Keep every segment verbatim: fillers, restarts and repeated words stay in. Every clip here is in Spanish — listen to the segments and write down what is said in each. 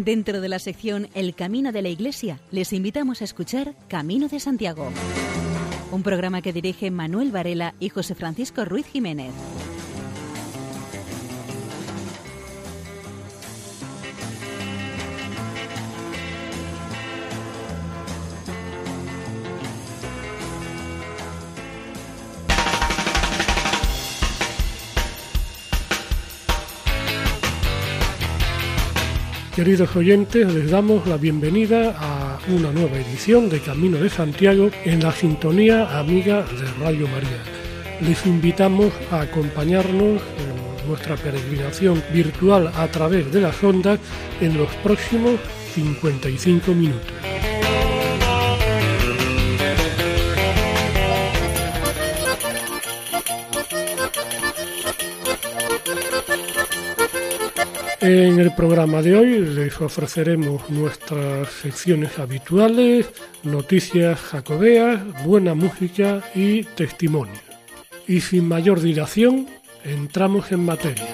Dentro de la sección El Camino de la Iglesia, les invitamos a escuchar Camino de Santiago, un programa que dirige Manuel Varela y José Francisco Ruiz Jiménez. Queridos oyentes, les damos la bienvenida a una nueva edición de Camino de Santiago en la sintonía amiga de Radio María. Les invitamos a acompañarnos en nuestra peregrinación virtual a través de las ondas en los próximos cincuenta y cinco minutos. En el programa de hoy les ofreceremos nuestras secciones habituales, noticias jacobeas, buena música y testimonios. Y sin mayor dilación, entramos en materia.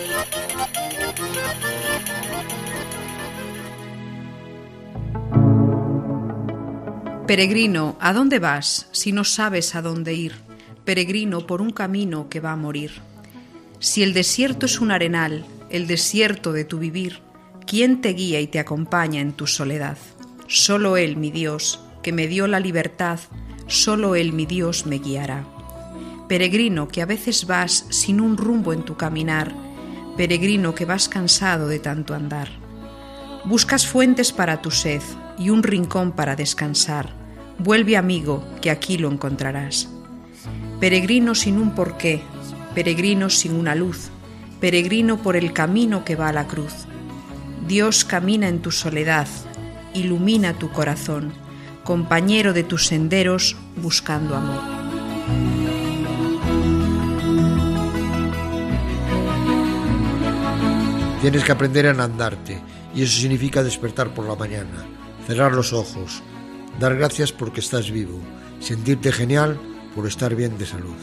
Peregrino, ¿a dónde vas si no sabes a dónde ir? Peregrino por un camino que va a morir. Si el desierto es un arenal, el desierto de tu vivir, ¿quién te guía y te acompaña en tu soledad? Solo Él, mi Dios, que me dio la libertad, solo Él, mi Dios, me guiará. Peregrino, que a veces vas sin un rumbo en tu caminar, peregrino, que vas cansado de tanto andar. Buscas fuentes para tu sed y un rincón para descansar. Vuelve, amigo, que aquí lo encontrarás. Peregrino sin un porqué, peregrino sin una luz, peregrino por el camino que va a la cruz. Dios camina en tu soledad, ilumina tu corazón, compañero de tus senderos buscando amor. Tienes que aprender a enandarte, y eso significa despertar por la mañana, cerrar los ojos, dar gracias porque estás vivo, sentirte genial por estar bien de salud.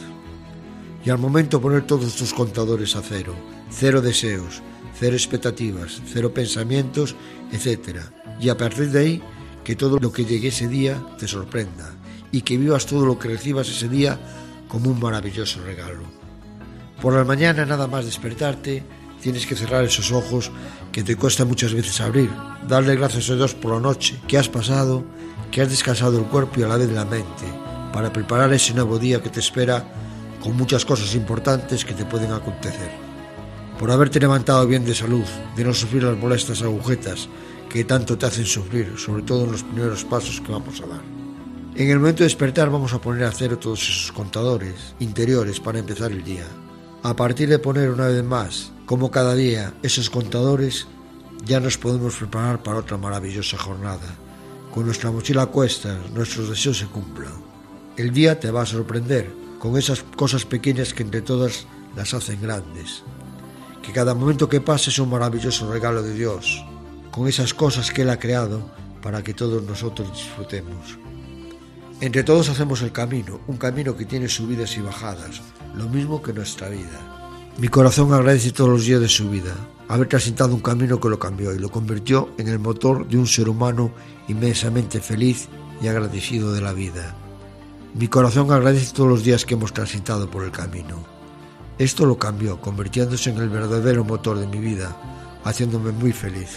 Y al momento poner todos tus contadores a cero, cero deseos, cero expectativas, cero pensamientos, etcétera. Y a partir de ahí, que todo lo que llegue ese día te sorprenda y que vivas todo lo que recibas ese día como un maravilloso regalo. Por la mañana, nada más despertarte, tienes que cerrar esos ojos que te cuesta muchas veces abrir, darle gracias a Dios por la noche que has pasado, que has descansado el cuerpo y a la vez la mente, para preparar ese nuevo día que te espera con muchas cosas importantes que te pueden acontecer. Por haberte levantado bien de salud, de no sufrir las molestas agujetas que tanto te hacen sufrir, sobre todo en los primeros pasos que vamos a dar. En el momento de despertar vamos a poner a cero todos esos contadores interiores para empezar el día. A partir de poner una vez más, como cada día, esos contadores, ya nos podemos preparar para otra maravillosa jornada. Con nuestra mochila a cuestas, nuestros deseos se cumplan. El día te va a sorprender con esas cosas pequeñas que entre todas las hacen grandes. Que cada momento que pase es un maravilloso regalo de Dios, con esas cosas que Él ha creado para que todos nosotros disfrutemos. Entre todos hacemos el camino, un camino que tiene subidas y bajadas, lo mismo que nuestra vida. Mi corazón agradece todos los días de su vida, haber transitado un camino que lo cambió y lo convirtió en el motor de un ser humano inmensamente feliz y agradecido de la vida. Mi corazón agradece todos los días que hemos transitado por el camino. Esto lo cambió, convirtiéndose en el verdadero motor de mi vida, haciéndome muy feliz.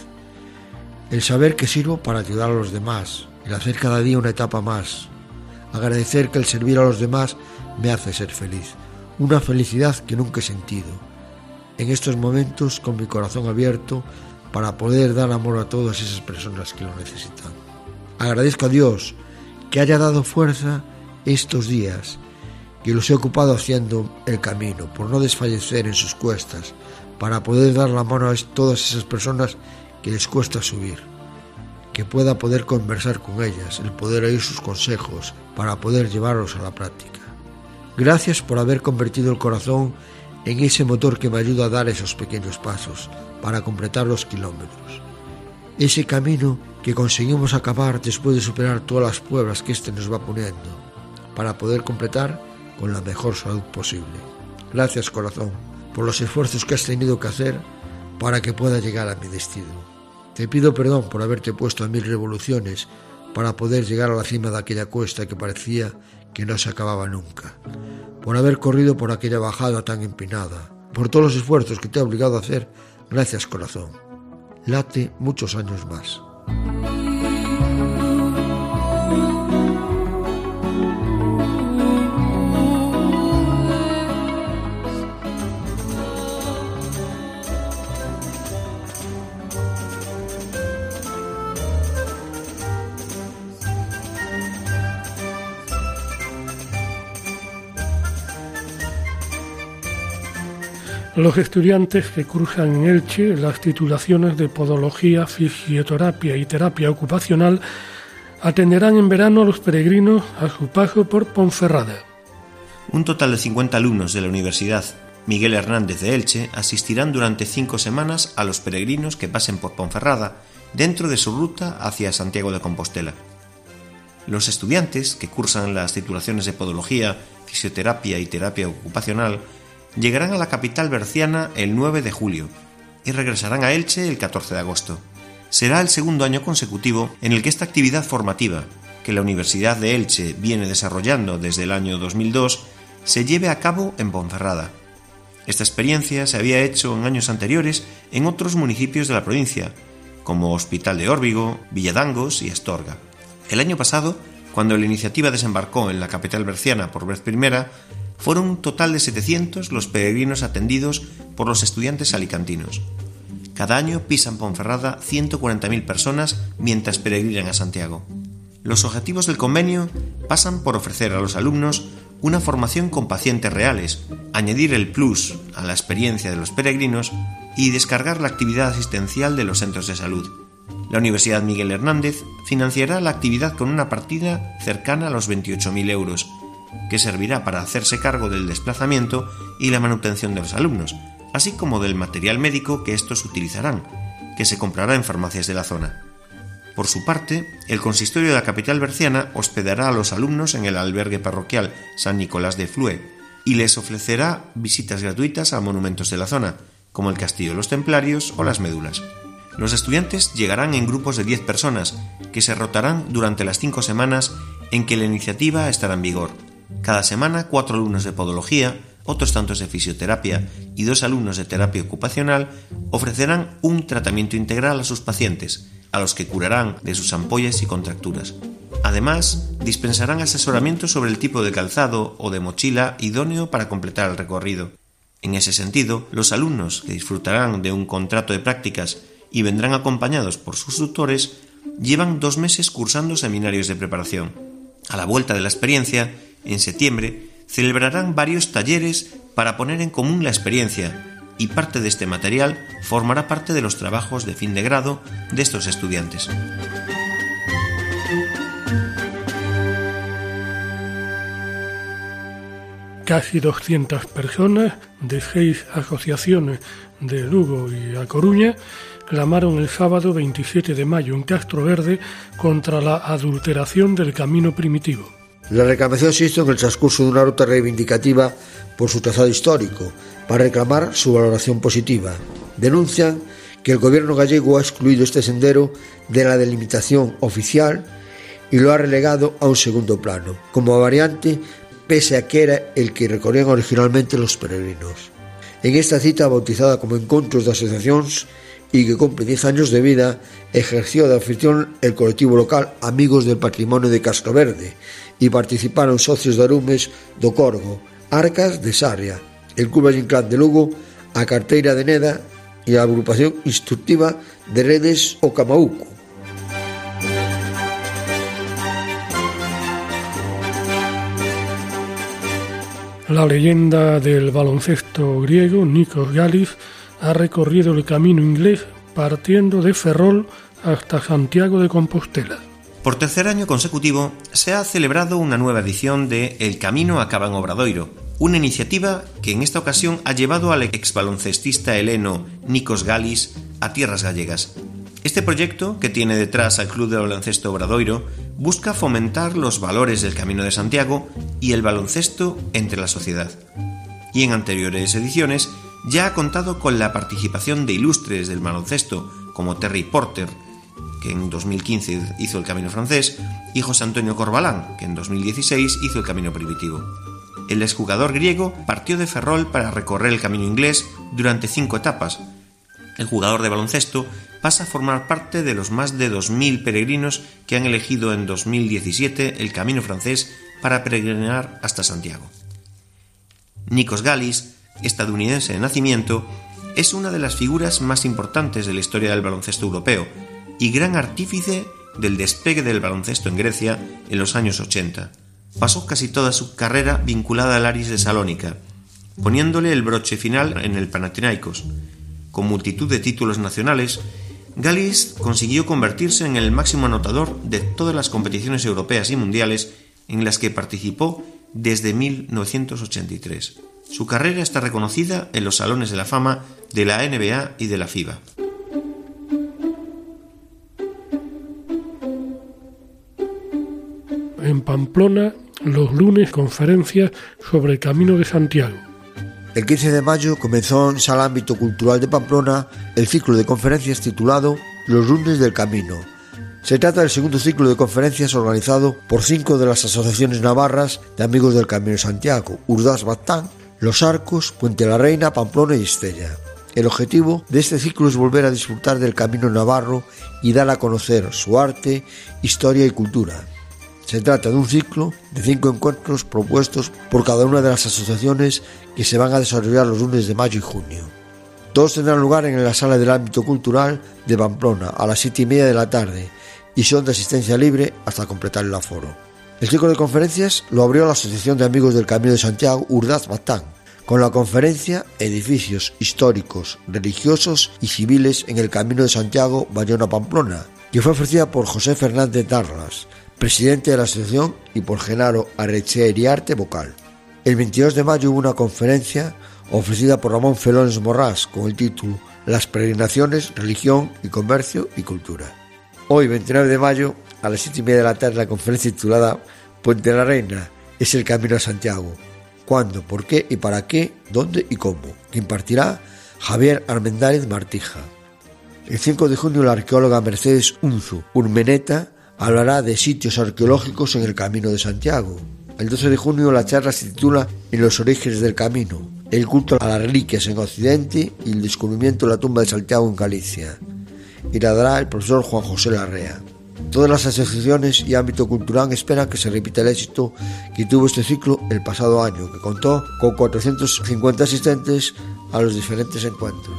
El saber que sirvo para ayudar a los demás, el hacer cada día una etapa más. Agradecer que el servir a los demás me hace ser feliz. Una felicidad que nunca he sentido. En estos momentos, con mi corazón abierto, para poder dar amor a todas esas personas que lo necesitan. Agradezco a Dios que haya dado fuerza estos días, que los he ocupado haciendo el camino, por no desfallecer en sus cuestas, para poder dar la mano a todas esas personas que les cuesta subir, que pueda poder conversar con ellas, el poder oír sus consejos, para poder llevarlos a la práctica. Gracias por haber convertido el corazón en ese motor que me ayuda a dar esos pequeños pasos, para completar los kilómetros. Ese camino que conseguimos acabar después de superar todas las pruebas que éste nos va poniendo, para poder completar con la mejor salud posible. Gracias, corazón, por los esfuerzos que has tenido que hacer para que pueda llegar a mi destino. Te pido perdón por haberte puesto a mil revoluciones para poder llegar a la cima de aquella cuesta que parecía que no se acababa nunca, por haber corrido por aquella bajada tan empinada, por todos los esfuerzos que te he obligado a hacer. Gracias, corazón. Late muchos años más. Los estudiantes que cursan en Elche las titulaciones de Podología, Fisioterapia y Terapia Ocupacional atenderán en verano a los peregrinos a su paso por Ponferrada. Un total de cincuenta alumnos de la Universidad Miguel Hernández de Elche asistirán durante cinco semanas a los peregrinos que pasen por Ponferrada dentro de su ruta hacia Santiago de Compostela. Los estudiantes que cursan las titulaciones de Podología, Fisioterapia y Terapia Ocupacional llegarán a la capital berciana el nueve de julio y regresarán a Elche el catorce de agosto. Será el segundo año consecutivo en el que esta actividad formativa, que la Universidad de Elche viene desarrollando desde el año dos mil dos, se lleve a cabo en Ponferrada. Esta experiencia se había hecho en años anteriores en otros municipios de la provincia, como Hospital de Órbigo, Villadangos y Astorga. El año pasado, cuando la iniciativa desembarcó en la capital berciana por vez primera, fueron un total de setecientos los peregrinos atendidos por los estudiantes alicantinos. Cada año pisan Ponferrada ciento cuarenta mil personas mientras peregrinan a Santiago. Los objetivos del convenio pasan por ofrecer a los alumnos una formación con pacientes reales, añadir el plus a la experiencia de los peregrinos y descargar la actividad asistencial de los centros de salud. La Universidad Miguel Hernández financiará la actividad con una partida cercana a los veintiocho mil euros, que servirá para hacerse cargo del desplazamiento y la manutención de los alumnos, así como del material médico que estos utilizarán, que se comprará en farmacias de la zona. Por su parte, el consistorio de la capital berciana hospedará a los alumnos en el albergue parroquial San Nicolás de Flue y les ofrecerá visitas gratuitas a monumentos de la zona, como el Castillo de los Templarios o las Médulas. Los estudiantes llegarán en grupos de diez personas, que se rotarán durante las cinco semanas en que la iniciativa estará en vigor. Cada semana, cuatro alumnos de podología, otros tantos de fisioterapia y dos alumnos de terapia ocupacional ofrecerán un tratamiento integral a sus pacientes, a los que curarán de sus ampollas y contracturas. Además, dispensarán asesoramiento sobre el tipo de calzado o de mochila idóneo para completar el recorrido. En ese sentido, los alumnos que disfrutarán de un contrato de prácticas y vendrán acompañados por sus tutores llevan dos meses cursando seminarios de preparación. A la vuelta de la experiencia, en septiembre, celebrarán varios talleres para poner en común la experiencia y parte de este material formará parte de los trabajos de fin de grado de estos estudiantes. Casi doscientas personas de seis asociaciones de Lugo y A Coruña clamaron el sábado veintisiete de mayo en Castro Verde contra la adulteración del camino primitivo. La reclamación se hizo en el transcurso de una ruta reivindicativa por su trazado histórico, para reclamar su valoración positiva. Denuncian que el gobierno gallego ha excluido este sendero de la delimitación oficial y lo ha relegado a un segundo plano, como variante, pese a que era el que recorrían originalmente los peregrinos. En esta cita, bautizada como Encontros de Asociacións y que cumple diez años de vida, ejerció de anfitrión el colectivo local Amigos del Patrimonio de Castro Verde y participaron socios de Arumes do Corgo, Arcas de Sarria, el Club Allinclán de Lugo, a Carteira de Neda y a Agrupación Instructiva de Redes O Camauco. La leyenda del baloncesto griego, Nikos Galis, ha recorrido el camino inglés partiendo de Ferrol hasta Santiago de Compostela. Por tercer año consecutivo se ha celebrado una nueva edición de El Camino acaba en Obradoiro, una iniciativa que en esta ocasión ha llevado al exbaloncestista heleno Nikos Galis a tierras gallegas. Este proyecto, que tiene detrás al Club de Baloncesto Obradoiro, busca fomentar los valores del Camino de Santiago y el baloncesto entre la sociedad. Y en anteriores ediciones ya ha contado con la participación de ilustres del baloncesto como Terry Porter, que en dos mil quince hizo el Camino francés, y José Antonio Corbalán, que en dos mil dieciséis hizo el Camino primitivo. El exjugador griego partió de Ferrol para recorrer el Camino inglés durante cinco etapas. El jugador de baloncesto pasa a formar parte de los más de dos mil peregrinos que han elegido en dos mil diecisiete el Camino francés para peregrinar hasta Santiago. Nikos Galis, estadounidense de nacimiento, es una de las figuras más importantes de la historia del baloncesto europeo y gran artífice del despegue del baloncesto en Grecia en los años ochenta. Pasó casi toda su carrera vinculada al Aris de Salónica, poniéndole el broche final en el Panathinaikos. Con multitud de títulos nacionales, Galis consiguió convertirse en el máximo anotador de todas las competiciones europeas y mundiales en las que participó desde mil novecientos ochenta y tres. Su carrera está reconocida en los salones de la fama de la N B A y de la FIBA. En Pamplona, los lunes, conferencias sobre el Camino de Santiago. El quince de mayo comenzó en Sala Ámbito Cultural de Pamplona el ciclo de conferencias titulado Los lunes del Camino. Se trata del segundo ciclo de conferencias organizado por cinco de las asociaciones navarras de Amigos del Camino de Santiago: Urdaz Batán, Los Arcos, Puente la Reina, Pamplona y Estella. El objetivo de este ciclo es volver a disfrutar del camino navarro y dar a conocer su arte, historia y cultura. Se trata de un ciclo de cinco encuentros propuestos por cada una de las asociaciones que se van a desarrollar los lunes de mayo y junio. Todos tendrán lugar en la Sala del Ámbito Cultural de Pamplona a las siete y media de la tarde y son de asistencia libre hasta completar el aforo. El ciclo de conferencias lo abrió la Asociación de Amigos del Camino de Santiago Urdaz Batán, con la conferencia Edificios históricos, religiosos y civiles en el Camino de Santiago Bayona-Pamplona, que fue ofrecida por José Fernández Darlas, presidente de la asociación, y por Genaro Arrechea Iriarte, vocal. El veintidós de mayo hubo una conferencia ofrecida por Ramón Felones Morrás con el título Las peregrinaciones, religión y comercio y cultura. Hoy, veintinueve de mayo, a las siete y media de la tarde, la conferencia titulada Puente la Reina es el Camino a Santiago. ¿Cuándo, por qué y para qué, dónde y cómo? Que impartirá Javier Armendáriz Martija. El cinco de junio, la arqueóloga Mercedes Unzu Urmeneta hablará de sitios arqueológicos en el Camino de Santiago. El doce de junio la charla se titula En los orígenes del camino, el culto a las reliquias en Occidente y el descubrimiento de la tumba de Santiago en Galicia. Y la dará el profesor Juan José Larrea. Todas las asociaciones y ámbito cultural esperan que se repita el éxito que tuvo este ciclo el pasado año, que contó con cuatrocientos cincuenta asistentes a los diferentes encuentros.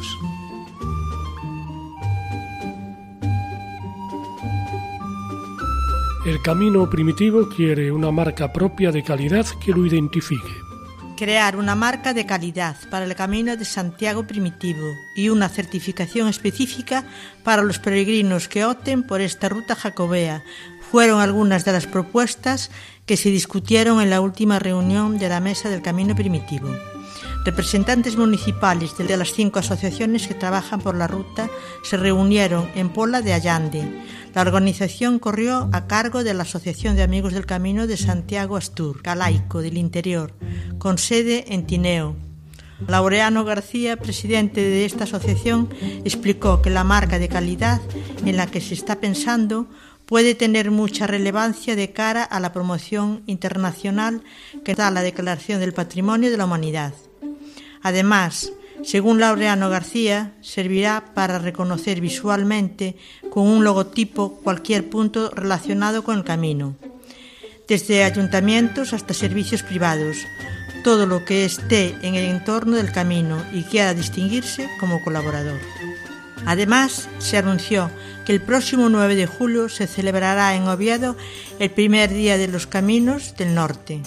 El Camino Primitivo quiere una marca propia de calidad que lo identifique. Crear una marca de calidad para el Camino de Santiago Primitivo y una certificación específica para los peregrinos que opten por esta ruta jacobea fueron algunas de las propuestas que se discutieron en la última reunión de la Mesa del Camino Primitivo. Representantes municipales de las cinco asociaciones que trabajan por la ruta se reunieron en Pola de Allande. La organización corrió a cargo de la Asociación de Amigos del Camino de Santiago Astur, Calaico del Interior, con sede en Tineo. Laureano García, presidente de esta asociación, explicó que la marca de calidad en la que se está pensando puede tener mucha relevancia de cara a la promoción internacional que da la Declaración del Patrimonio de la Humanidad. Además, según Laureano García, servirá para reconocer visualmente con un logotipo cualquier punto relacionado con el camino, desde ayuntamientos hasta servicios privados, todo lo que esté en el entorno del camino y quiera distinguirse como colaborador. Además, se anunció que el próximo nueve de julio se celebrará en Oviedo el primer Día de los Caminos del Norte.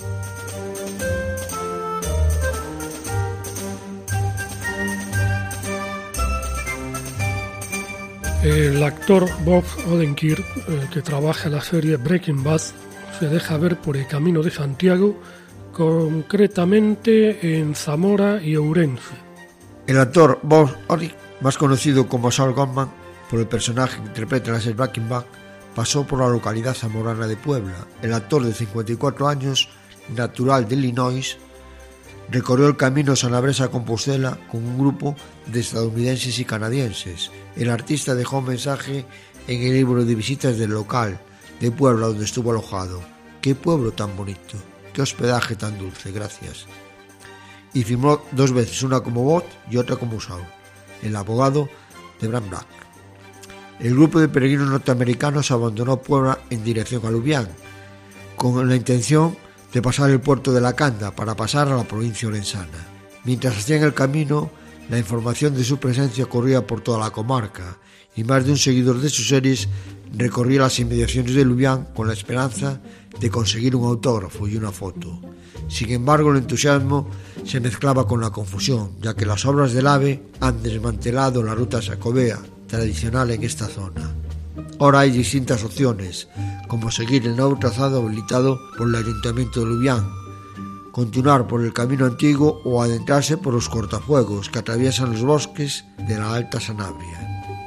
El actor Bob Odenkirk, eh, que trabaja en la serie Breaking Bad, se deja ver por el Camino de Santiago, concretamente en Zamora y Ourense. El actor Bob Odenkirk, más conocido como Saul Goodman por el personaje que interpreta en la serie Breaking Bad, pasó por la localidad zamorana de Puebla. El actor de cincuenta y cuatro años, natural de Illinois, recorrió el camino Sanabria-Compostela con un grupo de estadounidenses y canadienses. El artista dejó un mensaje en el libro de visitas del local de Puebla donde estuvo alojado. ¡Qué pueblo tan bonito! ¡Qué hospedaje tan dulce! Gracias. Y firmó dos veces, una como Bot y otra como Saul, el abogado de Bram Black. El grupo de peregrinos norteamericanos abandonó Puebla en dirección a Lubián, con la intención de pasar el puerto de Lacanda para pasar a la provincia orensana. Mientras hacían el camino, la información de su presencia corría por toda la comarca y más de un seguidor de sus series recorría las inmediaciones de Lubián con la esperanza de conseguir un autógrafo y una foto. Sin embargo, el entusiasmo se mezclaba con la confusión, ya que las obras del AVE han desmantelado la ruta Xacobea, tradicional en esta zona. Ahora hay distintas opciones, como seguir el nuevo trazado habilitado por el Ayuntamiento de Lubián, continuar por el camino antiguo o adentrarse por los cortafuegos que atraviesan los bosques de la Alta Sanabria.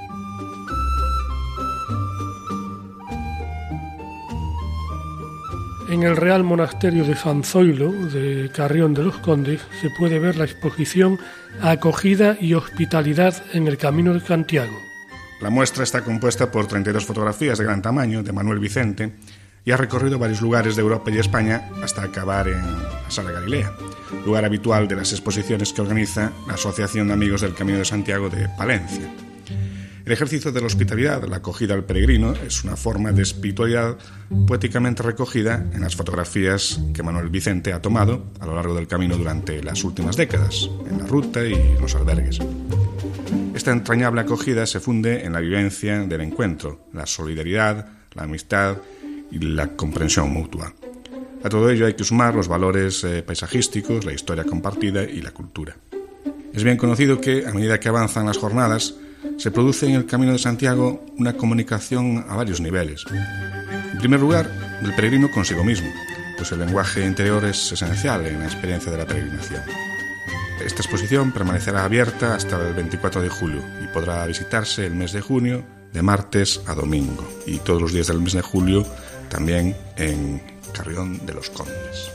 En el Real Monasterio de San Zoilo, de Carrión de los Condes, se puede ver la exposición Acogida y Hospitalidad en el Camino de Santiago. La muestra está compuesta por treinta y dos fotografías de gran tamaño de Manuel Vicente y ha recorrido varios lugares de Europa y España hasta acabar en la Sala Galilea, lugar habitual de las exposiciones que organiza la Asociación de Amigos del Camino de Santiago de Palencia. El ejercicio de la hospitalidad, la acogida al peregrino, es una forma de espiritualidad poéticamente recogida en las fotografías que Manuel Vicente ha tomado a lo largo del camino durante las últimas décadas, en la ruta y en los albergues. Esta entrañable acogida se funde en la vivencia del encuentro, la solidaridad, la amistad y la comprensión mutua. A todo ello hay que sumar los valores eh, paisajísticos, la historia compartida y la cultura. Es bien conocido que, a medida que avanzan las jornadas, se produce en el Camino de Santiago una comunicación a varios niveles. En primer lugar, del peregrino consigo mismo, pues el lenguaje interior es esencial en la experiencia de la peregrinación. Esta exposición permanecerá abierta hasta el veinticuatro de julio y podrá visitarse el mes de junio de martes a domingo y todos los días del mes de julio también en Carrión de los Condes.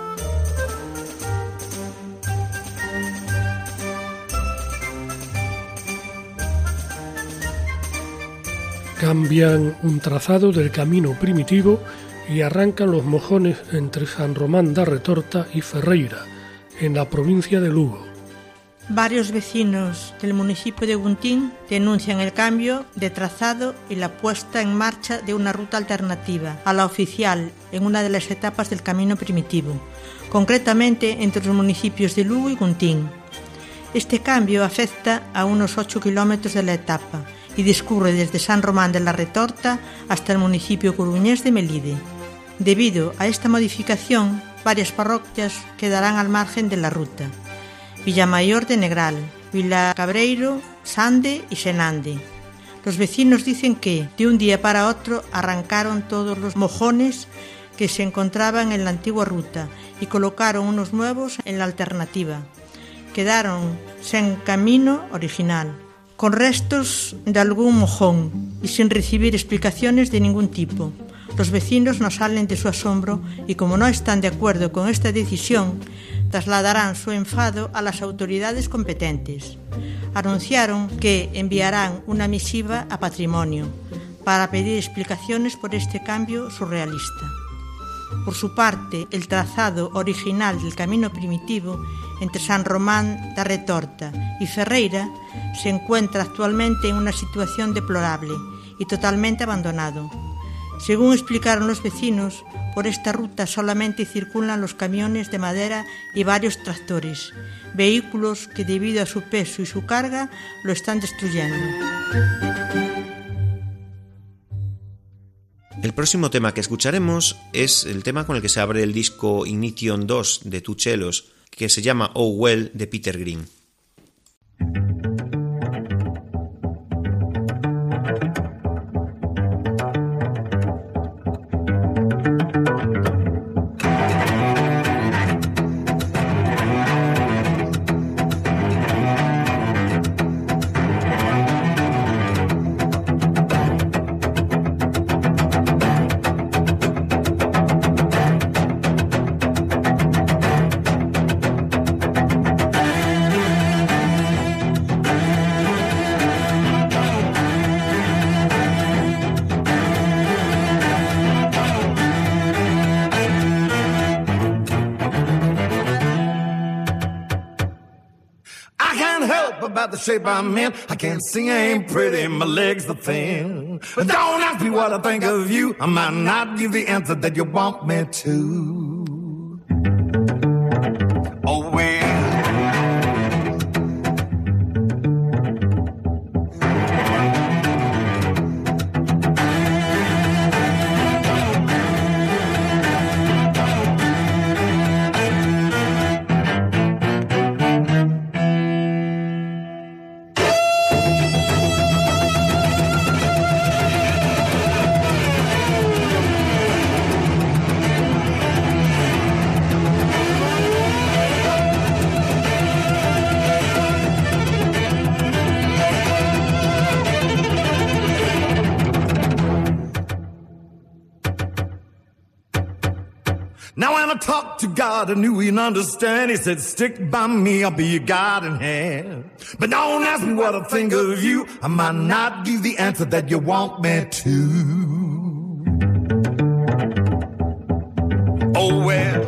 Cambian un trazado del camino primitivo y arrancan los mojones entre San Román da Retorta y Ferreira, en la provincia de Lugo. Varios vecinos del municipio de Guntín denuncian el cambio de trazado y la puesta en marcha de una ruta alternativa a la oficial en una de las etapas del camino primitivo, concretamente entre los municipios de Lugo y Guntín. Este cambio afecta a unos ocho kilómetros de la etapa y discurre desde San Román de la Retorta hasta el municipio coruñés de Melide. Debido a esta modificación, varias parroquias quedarán al margen de la ruta: Villamayor de Negral, Vilacabreiro, Sande y Senande. Los vecinos dicen que, de un día para otro, arrancaron todos los mojones que se encontraban en la antigua ruta y colocaron unos nuevos en la alternativa. Quedaron sin camino original, con restos de algún mojón y sin recibir explicaciones de ningún tipo. Los vecinos no salen de su asombro y, como no están de acuerdo con esta decisión, trasladarán su enfado a las autoridades competentes. Anunciaron que enviarán una misiva a Patrimonio para pedir explicaciones por este cambio surrealista. Por su parte, el trazado original del camino primitivo entre San Román da Retorta y Ferreira se encuentra actualmente en una situación deplorable y totalmente abandonado. Según explicaron los vecinos, por esta ruta solamente circulan los camiones de madera y varios tractores, vehículos que debido a su peso y su carga lo están destruyendo. El próximo tema que escucharemos es el tema con el que se abre el disco Ignition dos de Tuchelos, que se llama Oh Well de Peter Green. I can't help about the shape I'm in. I can't sing, I ain't pretty, my legs are thin. But don't ask me what I think of you. I might not give the answer that you want me to. Oh well. Now when I talk to God, I knew he'd understand. He said, stick by me, I'll be your guiding hand. But don't ask me what I think of you. I might not give the answer that you want me to. Oh well.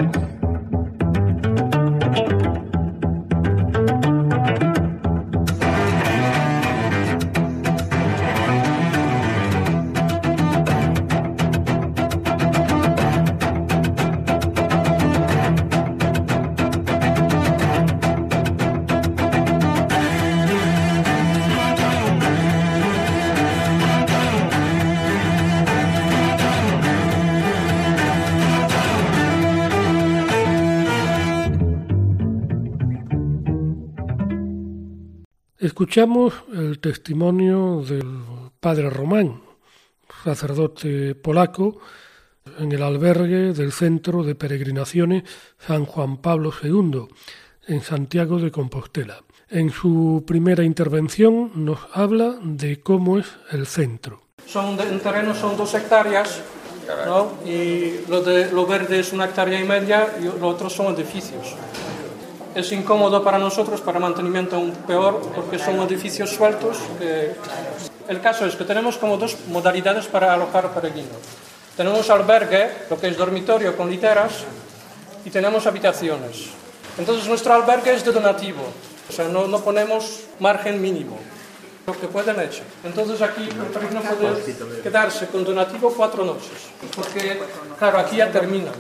Escuchamos el testimonio del padre Román, sacerdote polaco, en el albergue del Centro de Peregrinaciones San Juan Pablo segundo, en Santiago de Compostela. En su primera intervención nos habla de cómo es el centro. Son de, en terreno son dos hectáreas, ¿no? Y lo, de, lo verde es una hectárea y media y lo otro son edificios. Es incómodo para nosotros, para mantenimiento aún peor, porque son edificios sueltos. Eh, el caso es que tenemos como dos modalidades para alojar peregrinos. Tenemos albergue, lo que es dormitorio con literas, y tenemos habitaciones. Entonces nuestro albergue es de donativo, o sea, no, no ponemos margen mínimo, lo que pueden echar. Entonces aquí el peregrino puede quedarse con donativo cuatro noches, porque claro, aquí ya terminan.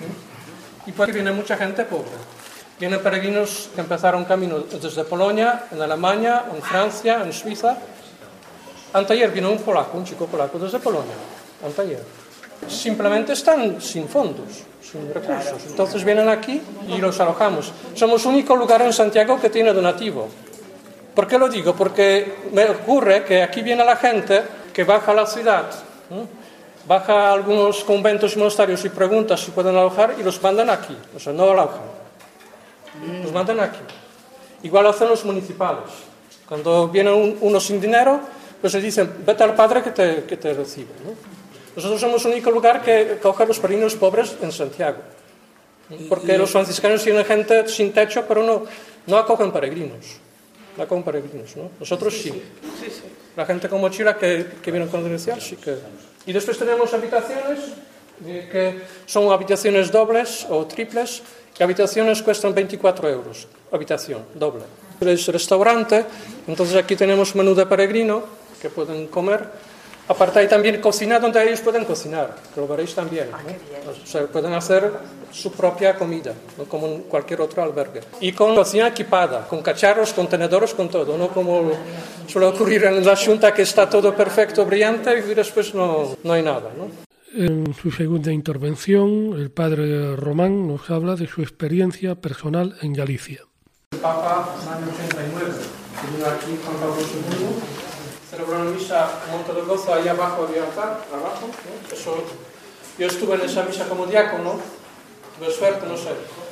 Y pues viene mucha gente pobre. Vienen peregrinos que empezaron camino desde Polonia, en Alemania, en Francia, en Suiza. Anteayer vino un polaco, un chico polaco desde Polonia. Anteayer. Simplemente están sin fondos, sin recursos. Entonces vienen aquí y los alojamos. Somos el único lugar en Santiago que tiene donativo. ¿Por qué lo digo? Porque me ocurre que aquí viene la gente que baja a la ciudad, ¿no? Baja a algunos conventos y monasterios y pregunta si pueden alojar y los mandan aquí. O sea, no alojan. Los mandan aquí. Igual hacen los municipales. Cuando viene un, uno sin dinero, pues le dicen, vete al padre que te, que te recibe, ¿no? Nosotros somos el único lugar que coge a los peregrinos pobres en Santiago. Porque los franciscanos tienen gente sin techo, pero no, no acogen peregrinos. No acogen peregrinos, ¿no? Nosotros sí. La gente con mochila que, que viene con credencial, sí que... Y después tenemos habitaciones, eh, que son habitaciones dobles o triples, que habitaciones cuestan veinticuatro euros, habitación doble. Es restaurante, entonces aquí tenemos menú de peregrino, que pueden comer. Aparte hay también cocina donde ellos pueden cocinar, que lo veréis también, ¿no? O sea, pueden hacer su propia comida, ¿no? Como en cualquier otro albergue. Y con cocina equipada, con cacharros, con tenedores, con todo, no como suele ocurrir en la Junta, que está todo perfecto, brillante, y después no, no hay nada, ¿no? En su segunda intervención, el padre Román nos habla de su experiencia personal en Galicia. El Papa, en el año ochenta y nueve, que vino aquí Juan Pablo segundo, celebró una misa en Monte de Gozo, ahí abajo había altar, abajo, ¿no? Eso, yo estuve en esa misa como diácono, tuve suerte, no sé.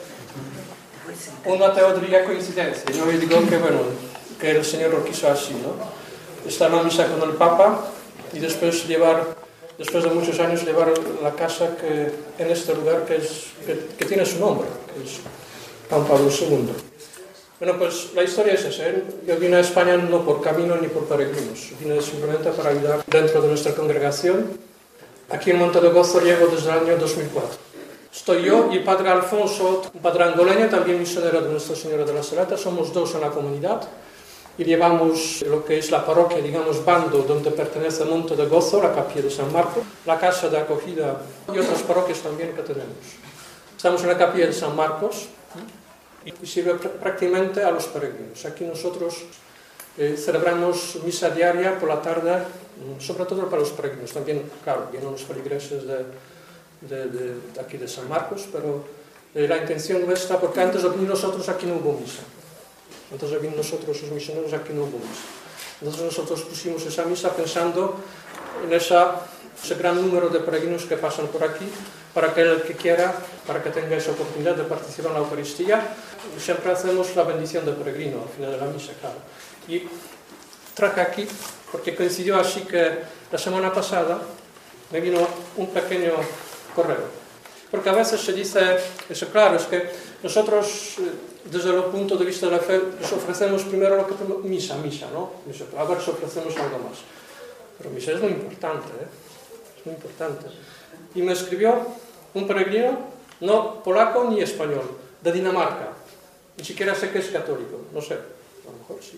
Un ateo diría coincidencia, yo digo que bueno, que el Señor lo quiso así, ¿no? Estar en la misa con el Papa y después llevar... después de muchos años llevar la casa que, en este lugar que, es, que, que tiene su nombre, que es Juan Pablo segundo. Bueno, pues la historia es esa, ¿eh? Yo vine a España no por camino ni por peregrinos, vine simplemente para ayudar dentro de nuestra congregación. Aquí en Monte de Gozo llevo desde el año dos mil cuatro. Estoy yo y el padre Alfonso, un padre angoleño, también misionero de Nuestra Señora de la Saleta. Somos dos en la comunidad y llevamos lo que es la parroquia, digamos, Bando, donde pertenece Monte de Gozo, la capilla de San Marcos, la casa de acogida y otras parroquias también que tenemos. Estamos en la capilla de San Marcos y sirve prácticamente a los peregrinos. Aquí nosotros eh, celebramos misa diaria por la tarde, sobre todo para los peregrinos. También, claro, vienen los feligreses de, de, de, de aquí de San Marcos, pero eh, la intención nuestra, porque antes de venir nosotros aquí no hubo misa. Antes de venir nosotros los misioneros aquí no hubo misa. Entonces nosotros pusimos esa misa pensando en esa, ese gran número de peregrinos que pasan por aquí, para que el que quiera, para que tenga esa oportunidad de participar en la Eucaristía. Siempre hacemos la bendición del peregrino al final de la misa, claro. Y traje aquí, porque coincidió así que la semana pasada me vino un pequeño correo. Porque a veces se dice, eso claro, es que nosotros, desde el punto de vista de la fe, les ofrecemos primero lo que misa, misa, ¿no? A ver si ofrecemos algo más. Pero misa es muy importante, ¿eh? Es muy importante. Y me escribió un peregrino, no polaco ni español, de Dinamarca. Ni siquiera sé que es católico, no sé, a lo mejor sí.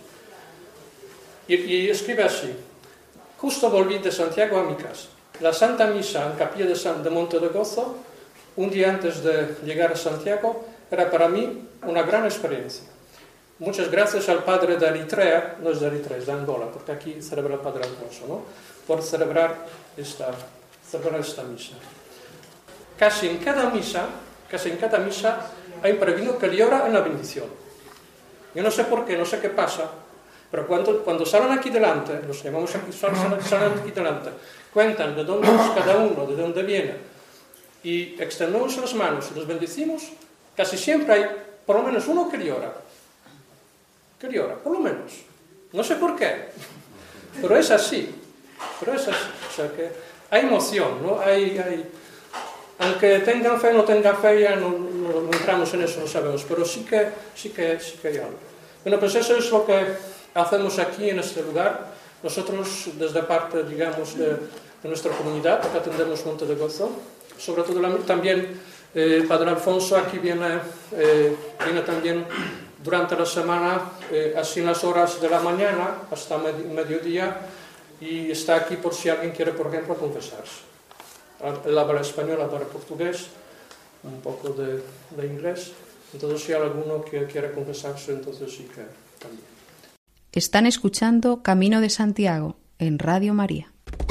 Y, y escribe así: justo volví de Santiago a mi casa. La Santa Misa en Capilla de, San, de Monte de Gozo, un día antes de llegar a Santiago, era para mí una gran experiencia. Muchas gracias al padre de Eritrea, no es de Eritrea, es de Angola, porque aquí celebra el padre Alfonso, ¿no? Por celebrar esta, celebrar esta misa. Casi en cada misa, casi en cada misa hay un peregrino que llora en la bendición. Yo no sé por qué, no sé qué pasa, pero cuando, cuando salen aquí delante, los llamamos aquí, salen, salen aquí delante, cuentan de dónde es cada uno, de dónde viene, y extendemos las manos y los bendecimos, casi siempre hay por lo menos uno que llora. Que llora, por lo menos. No sé por qué, pero es así. Pero es así. O sea que hay emoción, ¿no? Hay, hay, aunque tengan fe o no tengan fe, ya no, no, no entramos en eso, no sabemos, pero sí que, sí, que, sí que hay algo. Bueno, pues eso es lo que hacemos aquí en este lugar. Nosotros, desde parte, digamos, de, de nuestra comunidad, que atendemos Monte de Gozo, sobre todo la, también el eh, Padre Alfonso aquí viene, eh, viene también durante la semana, eh, así en las horas de la mañana hasta med- mediodía, y está aquí por si alguien quiere, por ejemplo, confesarse. Él habla español, habla portugués, un poco de, de inglés. Entonces, si hay alguno que quiere confesarse, entonces sí que también. Están escuchando Camino de Santiago en Radio María.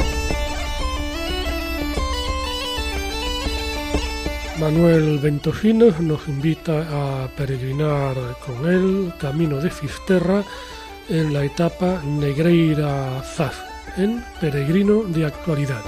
Manuel Ventosinos nos invita a peregrinar con él camino de Fisterra en la etapa Negreira-Zas, en Peregrino de Actualidad.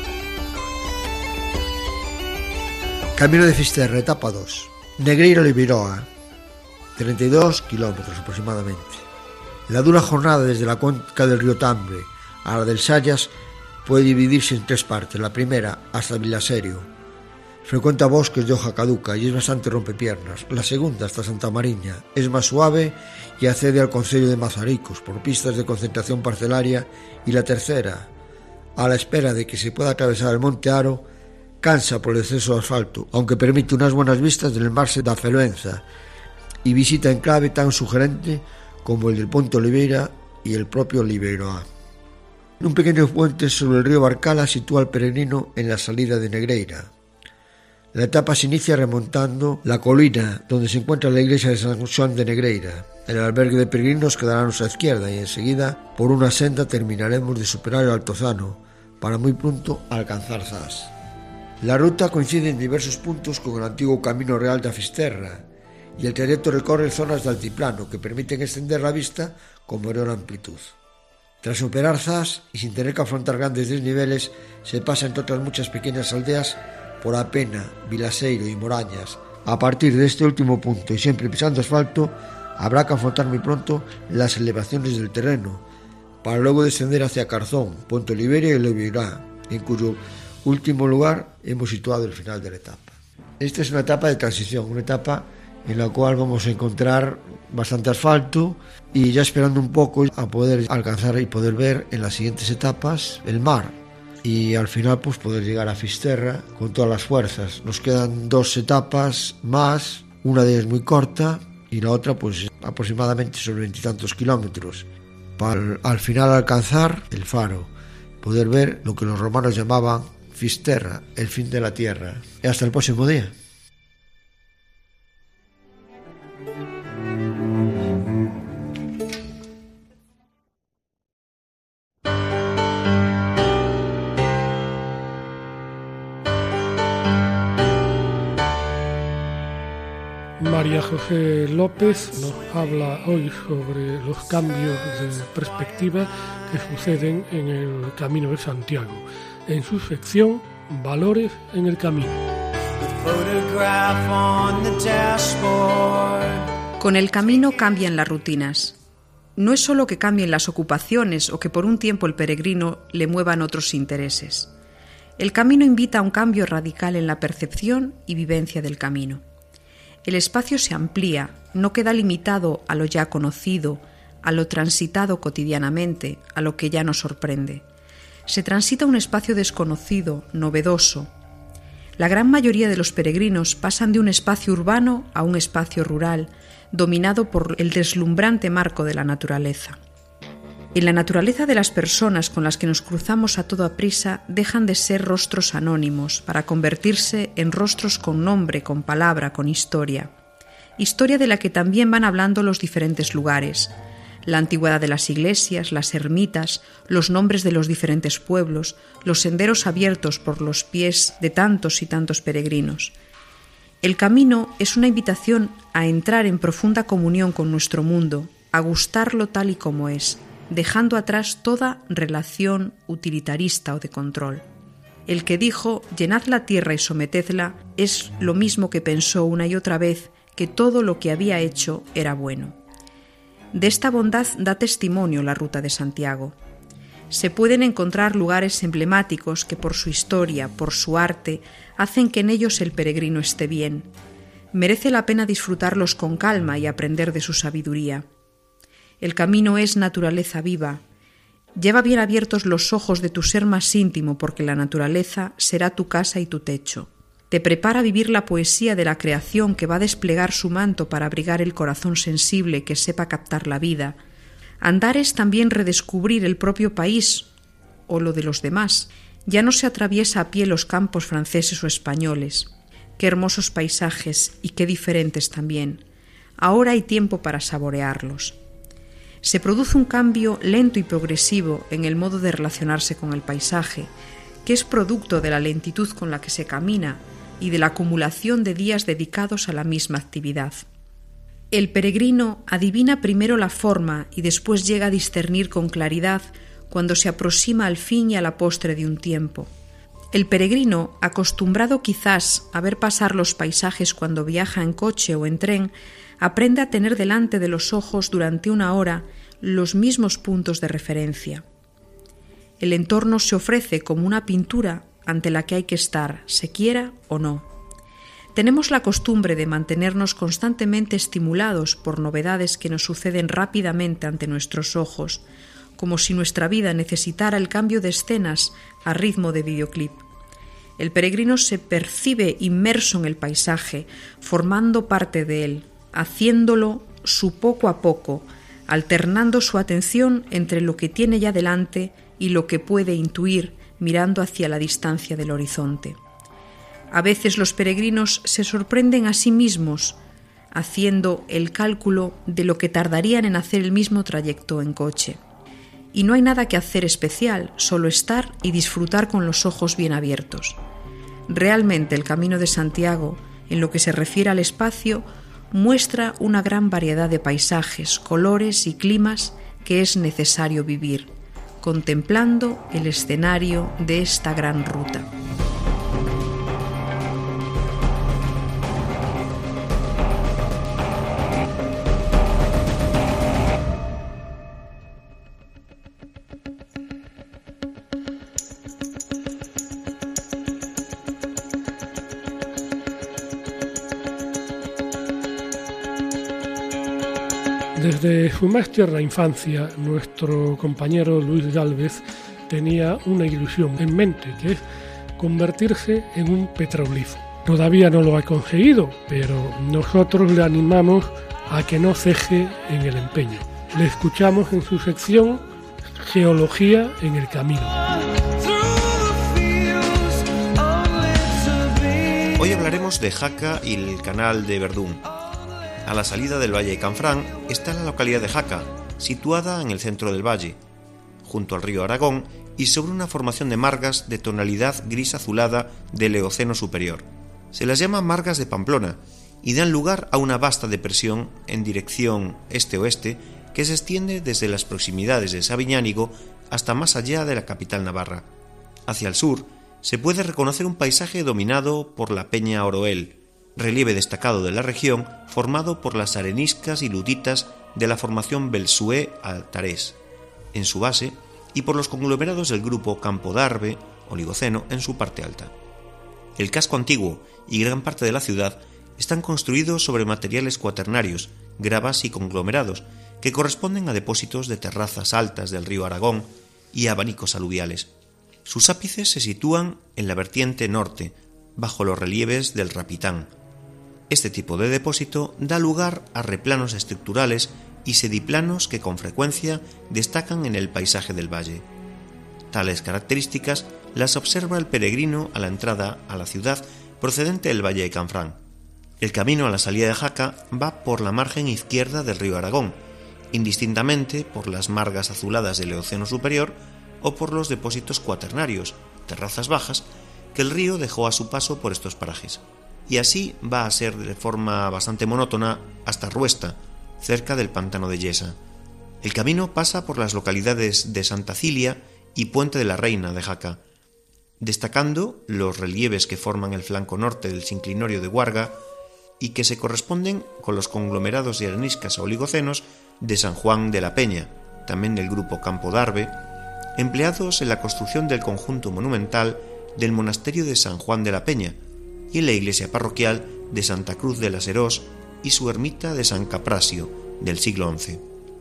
Camino de Fisterra, etapa dos. Negreira-Libiroa, treinta y dos kilómetros aproximadamente. La dura jornada desde la cuenca del río Tambre a la del Sayas puede dividirse en tres partes. La primera, hasta Vilaserio. Frecuenta bosques de hoja caduca y es bastante rompepiernas. La segunda, hasta Santa Mariña, es más suave y accede al concello de Mazaricos por pistas de concentración parcelaria. Y la tercera, a la espera de que se pueda atravesar el Monte Aro, cansa por el exceso de asfalto, aunque permite unas buenas vistas del Marse da Feluenza y visita enclave tan sugerente como el del Ponte Oliveira y el propio Libeiroa. Un pequeño puente sobre el río Barcala sitúa al peregrino en la salida de Negreira. La etapa se inicia remontando la colina donde se encuentra la iglesia de San Juan de Negreira. El albergue de peregrinos quedará a nuestra izquierda y enseguida, por una senda, terminaremos de superar el Altozano para muy pronto alcanzar Zas. La ruta coincide en diversos puntos con el antiguo Camino Real de Fisterra y el trayecto recorre zonas de altiplano que permiten extender la vista con mayor amplitud. Tras superar Zas y sin tener que afrontar grandes desniveles, se pasa entre otras muchas pequeñas aldeas por Apena, Vilaseiro y Morañas. A partir de este último punto y siempre pisando asfalto, habrá que afrontar muy pronto las elevaciones del terreno, para luego descender hacia Carzón, Ponte Oliveira y Levirá, en cuyo último lugar hemos situado el final de la etapa. Esta es una etapa de transición, una etapa en la cual vamos a encontrar bastante asfalto y ya esperando un poco a poder alcanzar y poder ver en las siguientes etapas el mar, y al final pues poder llegar a Fisterra con todas las fuerzas. Nos quedan dos etapas más, una de ellas muy corta y la otra pues aproximadamente sobre veintitantos kilómetros, para al final alcanzar el faro, poder ver lo que los romanos llamaban Fisterra, el fin de la tierra. Y hasta el próximo día. María José López nos habla hoy sobre los cambios de perspectiva que suceden en el Camino de Santiago, en su sección Valores en el Camino. Con el camino cambian las rutinas. No es solo que cambien las ocupaciones o que por un tiempo el peregrino le muevan otros intereses. El camino invita a un cambio radical en la percepción y vivencia del camino. El espacio se amplía, no queda limitado a lo ya conocido, a lo transitado cotidianamente, a lo que ya nos sorprende. Se transita un espacio desconocido, novedoso. La gran mayoría de los peregrinos pasan de un espacio urbano a un espacio rural, dominado por el deslumbrante marco de la naturaleza. En la naturaleza de las personas con las que nos cruzamos a toda prisa dejan de ser rostros anónimos para convertirse en rostros con nombre, con palabra, con historia. Historia de la que también van hablando los diferentes lugares. La antigüedad de las iglesias, las ermitas, los nombres de los diferentes pueblos, los senderos abiertos por los pies de tantos y tantos peregrinos. El camino es una invitación a entrar en profunda comunión con nuestro mundo, a gustarlo tal y como es, dejando atrás toda relación utilitarista o de control. El que dijo, llenad la tierra y sometedla, es lo mismo que pensó una y otra vez que todo lo que había hecho era bueno. De esta bondad da testimonio la Ruta de Santiago. Se pueden encontrar lugares emblemáticos que por su historia, por su arte, hacen que en ellos el peregrino esté bien. Merece la pena disfrutarlos con calma y aprender de su sabiduría. El camino es naturaleza viva. Lleva bien abiertos los ojos de tu ser más íntimo, porque la naturaleza será tu casa y tu techo. Te prepara a vivir la poesía de la creación que va a desplegar su manto para abrigar el corazón sensible que sepa captar la vida. Andar es también redescubrir el propio país o lo de los demás. Ya no se atraviesa a pie los campos franceses o españoles. Qué hermosos paisajes y qué diferentes también. Ahora hay tiempo para saborearlos. Se produce un cambio lento y progresivo en el modo de relacionarse con el paisaje, que es producto de la lentitud con la que se camina y de la acumulación de días dedicados a la misma actividad. El peregrino adivina primero la forma y después llega a discernir con claridad cuando se aproxima al fin y a la postre de un tiempo. El peregrino, acostumbrado quizás a ver pasar los paisajes cuando viaja en coche o en tren, aprende a tener delante de los ojos durante una hora los mismos puntos de referencia. El entorno se ofrece como una pintura ante la que hay que estar, se quiera o no. Tenemos la costumbre de mantenernos constantemente estimulados por novedades que nos suceden rápidamente ante nuestros ojos, como si nuestra vida necesitara el cambio de escenas a ritmo de videoclip. El peregrino se percibe inmerso en el paisaje, formando parte de él, haciéndolo su poco a poco, alternando su atención entre lo que tiene ya delante y lo que puede intuir mirando hacia la distancia del horizonte. A veces los peregrinos se sorprenden a sí mismos, haciendo el cálculo de lo que tardarían en hacer el mismo trayecto en coche. Y no hay nada que hacer especial, solo estar y disfrutar con los ojos bien abiertos. Realmente el Camino de Santiago, en lo que se refiere al espacio, muestra una gran variedad de paisajes, colores y climas que es necesario vivir, contemplando el escenario de esta gran ruta. Desde su más tierna infancia, nuestro compañero Luis Gálvez tenía una ilusión en mente, que es convertirse en un petroglifo. Todavía no lo ha conseguido, pero nosotros le animamos a que no ceje en el empeño. Le escuchamos en su sección Geología en el Camino. Hoy hablaremos de Jaca y el canal de Verdún. A la salida del Valle de Canfrán está la localidad de Jaca, situada en el centro del valle, junto al río Aragón y sobre una formación de margas de tonalidad gris azulada del Eoceno superior. Se las llama margas de Pamplona y dan lugar a una vasta depresión en dirección este-oeste que se extiende desde las proximidades de Sabiñánigo hasta más allá de la capital navarra. Hacia el sur se puede reconocer un paisaje dominado por la Peña Oroel, relieve destacado de la región formado por las areniscas y lutitas de la formación Belsué-Altarés en su base y por los conglomerados del grupo Campo d'Arbe, Oligoceno, en su parte alta. El casco antiguo y gran parte de la ciudad están construidos sobre materiales cuaternarios, gravas y conglomerados que corresponden a depósitos de terrazas altas del río Aragón y abanicos aluviales. Sus ápices se sitúan en la vertiente norte, bajo los relieves del Rapitán. Este tipo de depósito da lugar a replanos estructurales y sediplanos que con frecuencia destacan en el paisaje del valle. Tales características las observa el peregrino a la entrada a la ciudad procedente del Valle de Canfrán. El camino a la salida de Jaca va por la margen izquierda del río Aragón, indistintamente por las margas azuladas del Eoceno superior o por los depósitos cuaternarios, terrazas bajas, que el río dejó a su paso por estos parajes. Y así va a ser de forma bastante monótona hasta Ruesta, cerca del pantano de Yesa. El camino pasa por las localidades de Santa Cilia y Puente de la Reina de Jaca, destacando los relieves que forman el flanco norte del sinclinorio de Guarga y que se corresponden con los conglomerados y areniscas oligocenos de San Juan de la Peña, también del grupo Campo d'Arbe, empleados en la construcción del conjunto monumental del monasterio de San Juan de la Peña y en la iglesia parroquial de Santa Cruz de las Herós y su ermita de San Caprasio del siglo once.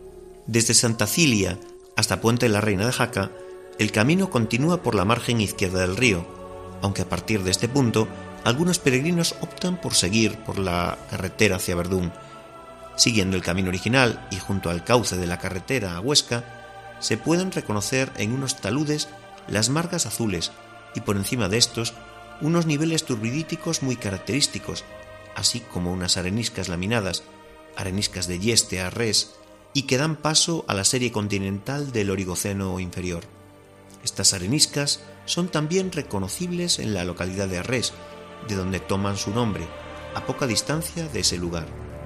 Desde Santa Cilia hasta Puente de la Reina de Jaca, el camino continúa por la margen izquierda del río, aunque a partir de este punto algunos peregrinos optan por seguir por la carretera hacia Verdún. Siguiendo el camino original y junto al cauce de la carretera a Huesca, se pueden reconocer en unos taludes las margas azules y por encima de estos unos niveles turbidíticos muy característicos, así como unas areniscas laminadas, areniscas de Yeste a Res, y que dan paso a la serie continental del Oligoceno inferior. Estas areniscas son también reconocibles en la localidad de Arrés, de donde toman su nombre, a poca distancia de ese lugar.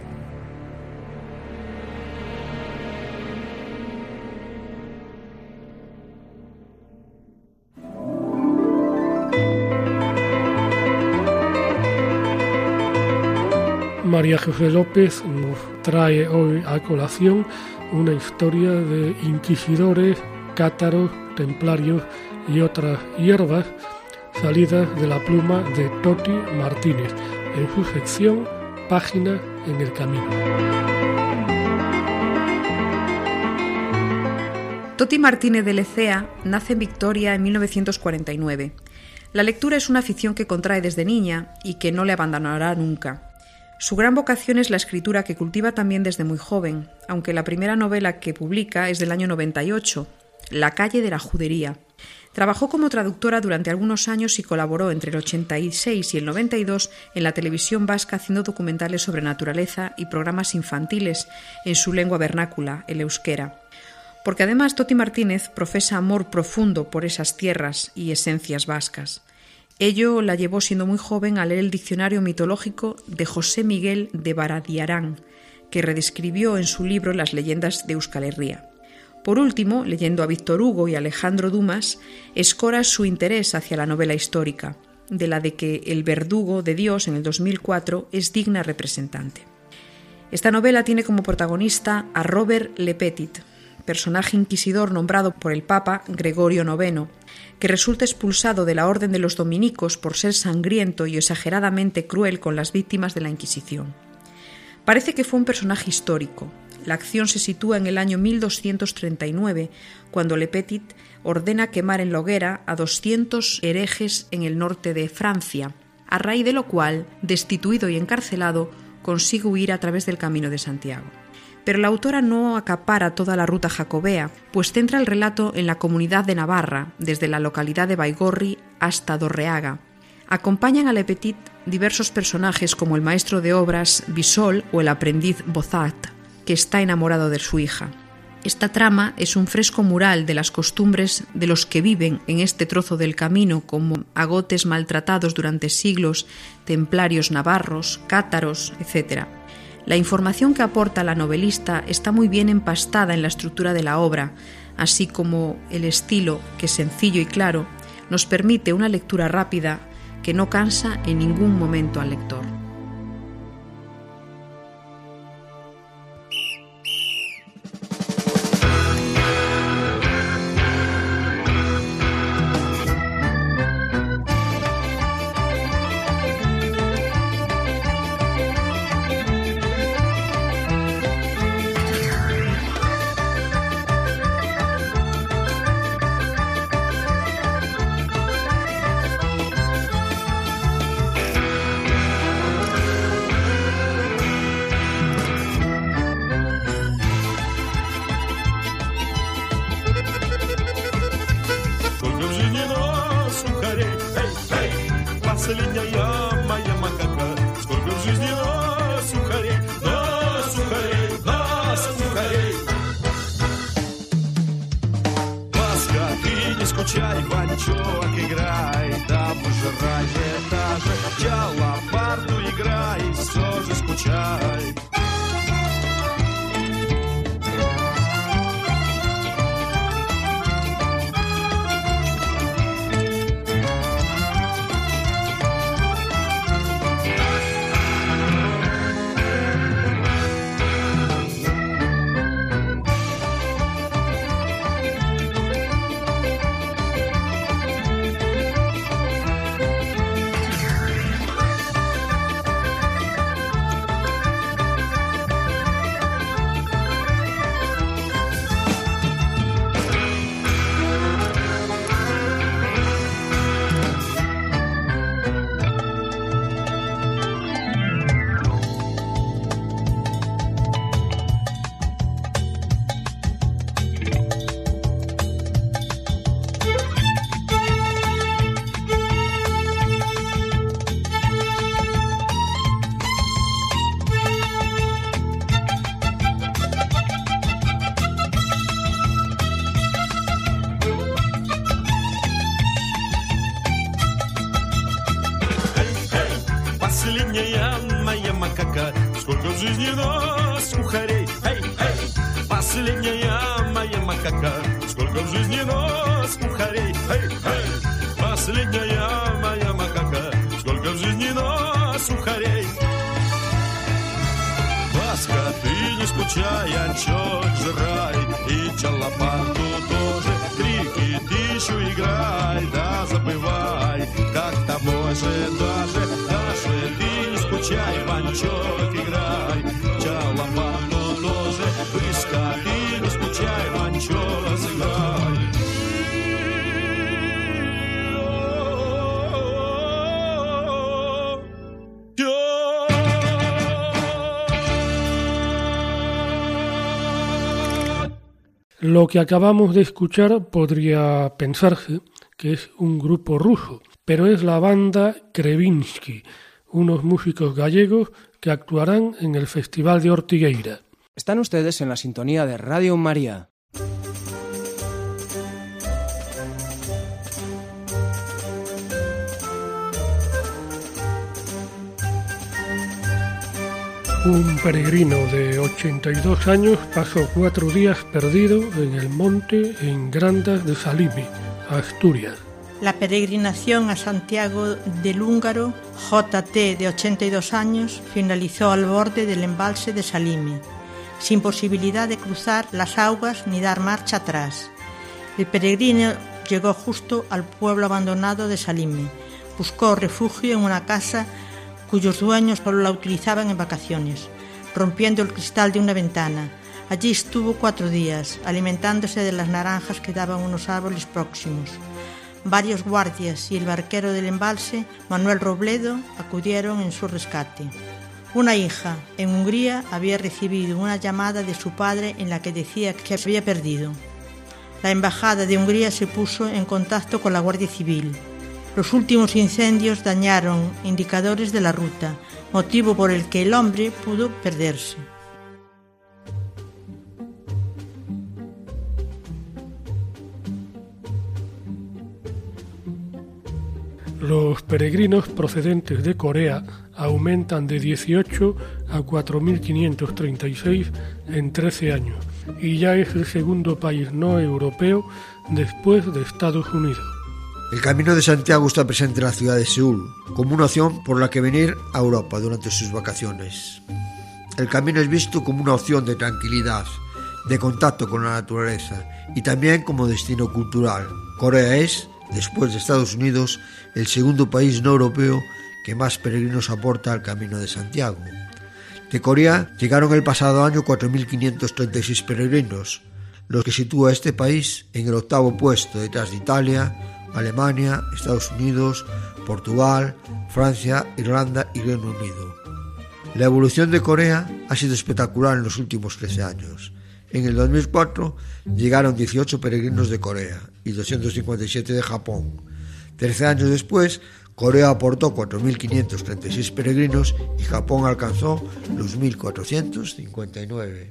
María José López nos trae hoy a colación una historia de inquisidores, cátaros, templarios y otras hierbas salidas de la pluma de Toti Martínez en su sección Páginas en el Camino. Toti Martínez de Lecea nace en Vitoria en mil novecientos cuarenta y nueve. La lectura es una afición que contrae desde niña y que no le abandonará nunca. Su gran vocación es la escritura, que cultiva también desde muy joven, aunque la primera novela que publica es del año noventa y ocho, La calle de la Judería. Trabajó como traductora durante algunos años y colaboró entre el ochenta y seis y el noventa y dos en la televisión vasca haciendo documentales sobre naturaleza y programas infantiles en su lengua vernácula, el euskera. Porque además Toti Martínez profesa amor profundo por esas tierras y esencias vascas. Ello la llevó siendo muy joven a leer el diccionario mitológico de José Miguel de Baradiarán, que redescribió en su libro Las leyendas de Euskal Herria. Por último, leyendo a Víctor Hugo y Alejandro Dumas, escora su interés hacia la novela histórica, de la de que El verdugo de Dios en el dos mil cuatro es digna representante. Esta novela tiene como protagonista a Robert Le Petit, personaje inquisidor nombrado por el Papa Gregorio noveno, que resulta expulsado de la Orden de los Dominicos por ser sangriento y exageradamente cruel con las víctimas de la Inquisición. Parece que fue un personaje histórico. La acción se sitúa en el año mil doscientos treinta y nueve, cuando Le Petit ordena quemar en la hoguera a doscientos herejes en el norte de Francia, a raíz de lo cual, destituido y encarcelado, consigue huir a través del Camino de Santiago. Pero la autora no acapara toda la ruta jacobea, pues centra el relato en la comunidad de Navarra, desde la localidad de Baigorri hasta Dorreaga. Acompañan a Le Petit diversos personajes como el maestro de obras Bisol o el aprendiz Bozat, que está enamorado de su hija. Esta trama es un fresco mural de las costumbres de los que viven en este trozo del camino, como agotes maltratados durante siglos, templarios navarros, cátaros, etcétera. La información que aporta la novelista está muy bien empastada en la estructura de la obra, así como el estilo, que es sencillo y claro, nos permite una lectura rápida que no cansa en ningún momento al lector. Lo que acabamos de escuchar podría pensarse que es un grupo ruso, pero es la banda Krevinsky, unos músicos gallegos que actuarán en el Festival de Ortigueira. Están ustedes en la sintonía de Radio María. Un peregrino de ochenta y dos años pasó cuatro días perdido en el monte en Grandas de Salimi, Asturias. La peregrinación a Santiago del Húngaro, J T, de ochenta y dos años, finalizó al borde del embalse de Salimi, sin posibilidad de cruzar las aguas ni dar marcha atrás. El peregrino llegó justo al pueblo abandonado de Salimi. Buscó refugio en una casa cuyos dueños solo la utilizaban en vacaciones. Rompiendo el cristal de una ventana, Allí estuvo cuatro días, alimentándose de las naranjas que daban unos árboles próximos. Varios guardias y el barquero del embalse, Manuel Robledo, acudieron en su rescate. Una hija en Hungría había recibido una llamada de su padre en la que decía que se había perdido. La embajada de Hungría se puso en contacto con la Guardia Civil. Los últimos incendios dañaron indicadores de la ruta, motivo por el que el hombre pudo perderse. Los peregrinos procedentes de Corea aumentan de dieciocho a cuatro mil quinientos treinta y seis en trece años y ya es el segundo país no europeo después de Estados Unidos. El Camino de Santiago está presente en la ciudad de Seúl como una opción por la que venir a Europa durante sus vacaciones. El camino es visto como una opción de tranquilidad, de contacto con la naturaleza y también como destino cultural. Corea es, después de Estados Unidos, el segundo país no europeo que más peregrinos aporta al Camino de Santiago. De Corea llegaron el pasado año cuatro mil quinientos treinta y seis peregrinos, lo que sitúa a este país en el octavo puesto detrás de Italia, Alemania, Estados Unidos, Portugal, Francia, Irlanda y Reino Unido. La evolución de Corea ha sido espectacular en los últimos trece años. En el dos mil cuatro llegaron dieciocho peregrinos de Corea y doscientos cincuenta y siete de Japón. trece años después, Corea aportó cuatro mil quinientos treinta y seis peregrinos y Japón alcanzó los mil cuatrocientos cincuenta y nueve.